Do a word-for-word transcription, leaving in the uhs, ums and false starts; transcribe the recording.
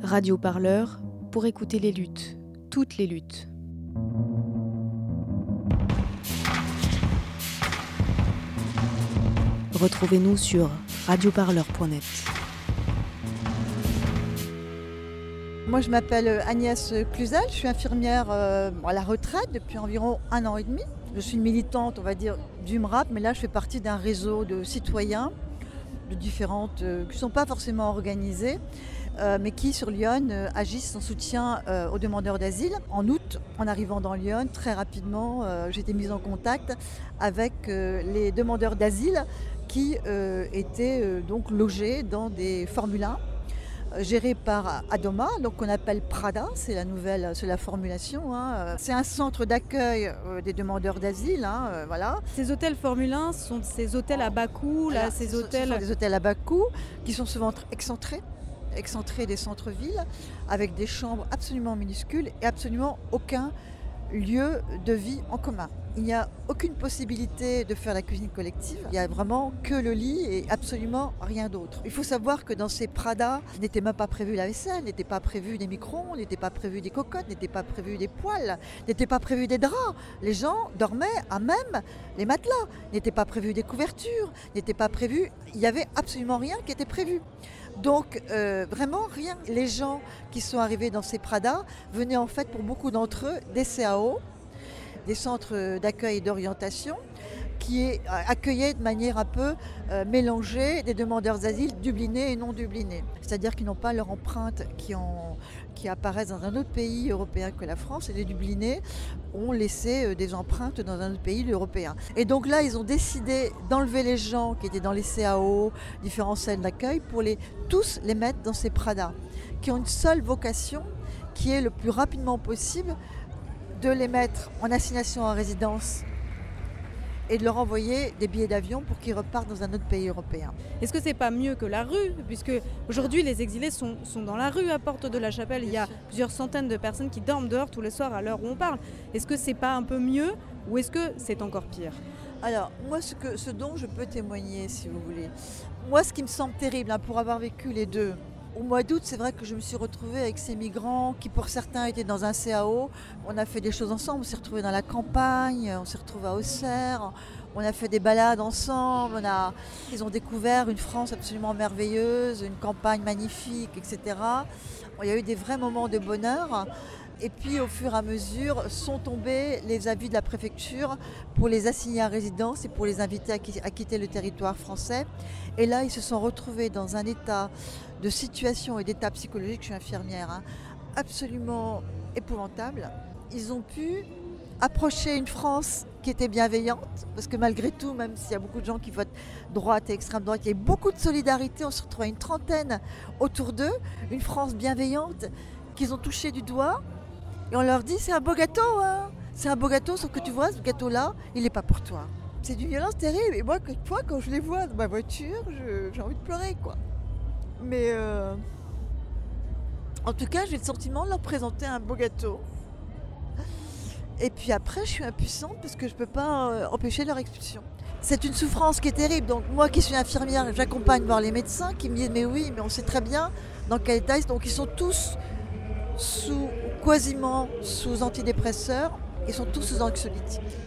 Radio Parleur, pour écouter les luttes, toutes les luttes. Retrouvez-nous sur radio parleur point net. Moi, je m'appelle Agnès Cluzel, je suis infirmière euh, à la retraite depuis environ un an et demi. Je suis une militante, on va dire, du M R A P, mais là, je fais partie d'un réseau de citoyens de différentes, euh, qui ne sont pas forcément organisés, euh, mais qui, sur Lyon, euh, agissent en soutien euh, aux demandeurs d'asile. En août, en arrivant dans Lyon, très rapidement, euh, j'ai été mise en contact avec euh, les demandeurs d'asile qui euh, étaient euh, donc logés dans des Formule un géré par Adoma, donc qu'on appelle Prada, c'est la nouvelle, c'est la formulation. Hein. C'est un centre d'accueil euh, des demandeurs d'asile, hein, euh, voilà. Ces hôtels Formule un sont ces hôtels à bas coût, là, Voilà, ces ce, hôtels... Ce sont des hôtels à bas coût qui sont souvent excentrés, excentrés des centres-villes, avec des chambres absolument minuscules et absolument aucun lieu de vie en commun. Il n'y a aucune possibilité de faire la cuisine collective. Il n'y a vraiment que le lit et absolument rien d'autre. Il faut savoir que dans ces Prada, n'était même pas prévu la vaisselle, n'était pas prévu des micro-ondes, n'était pas prévu des cocottes, n'était pas prévu des poêles, n'était pas prévu des draps. Les gens dormaient à même les matelas, n'était pas prévu des couvertures, n'était pas prévu. Il n'y avait absolument rien qui était prévu. Donc euh, vraiment rien. Les gens qui sont arrivés dans ces Prada venaient en fait pour beaucoup d'entre eux des C A O, des centres d'accueil et d'orientation, qui accueillaient de manière un peu euh, mélangée des demandeurs d'asile dublinés et non dublinés. C'est-à-dire qu'ils n'ont pas leur empreinte qui, en, qui apparaissent dans un autre pays européen que la France, et les dublinés ont laissé euh, des empreintes dans un autre pays européen. Et donc là, ils ont décidé d'enlever les gens qui étaient dans les C A O, différents centres d'accueil, pour les, tous les mettre dans ces Prada, qui ont une seule vocation, qui est le plus rapidement possible de les mettre en assignation à résidence et de leur envoyer des billets d'avion pour qu'ils repartent dans un autre pays européen. Est-ce que c'est pas mieux que la rue ? Puisque aujourd'hui les exilés sont, sont dans la rue à Porte de la Chapelle. Il y a plusieurs centaines de personnes qui dorment dehors tous les soirs à l'heure où on parle. Est-ce que c'est pas un peu mieux ou est-ce que c'est encore pire ? Alors, moi, ce, que, ce dont je peux témoigner, si vous voulez, moi, ce qui me semble terrible, hein, pour avoir vécu les deux, au mois d'août, c'est vrai que je me suis retrouvée avec ces migrants qui, pour certains, étaient dans un C A O. On a fait des choses ensemble, on s'est retrouvés dans la campagne, on s'est retrouvés à Auxerre, on a fait des balades ensemble. On a... Ils ont découvert une France absolument merveilleuse, une campagne magnifique, et cetera. Il y a eu des vrais moments de bonheur. Et puis, au fur et à mesure, sont tombés les avis de la préfecture pour les assigner à résidence et pour les inviter à quitter le territoire français. Et là, ils se sont retrouvés dans un état de situation et d'état psychologique, je suis infirmière, hein, absolument épouvantable. Ils ont pu approcher une France qui était bienveillante, parce que malgré tout, même s'il y a beaucoup de gens qui votent droite et extrême droite, il y a beaucoup de solidarité, on se retrouvait une trentaine autour d'eux, une France bienveillante qu'ils ont touché du doigt. Et on leur dit, c'est un beau gâteau, hein. C'est un beau gâteau, sauf que tu vois, ce gâteau-là, il n'est pas pour toi. C'est d'une violence terrible. Et moi, quelquefois, quand je les vois dans ma voiture, je, j'ai envie de pleurer, quoi. Mais euh, en tout cas, j'ai le sentiment de leur présenter un beau gâteau. Et puis après, je suis impuissante parce que je ne peux pas euh, empêcher leur expulsion. C'est une souffrance qui est terrible. Donc moi qui suis infirmière, j'accompagne voir les médecins qui me disent, mais oui, mais on sait très bien dans quel état ils sont. Donc ils sont tous sous, quasiment sous antidépresseurs, ils sont tous sous anxiolytiques.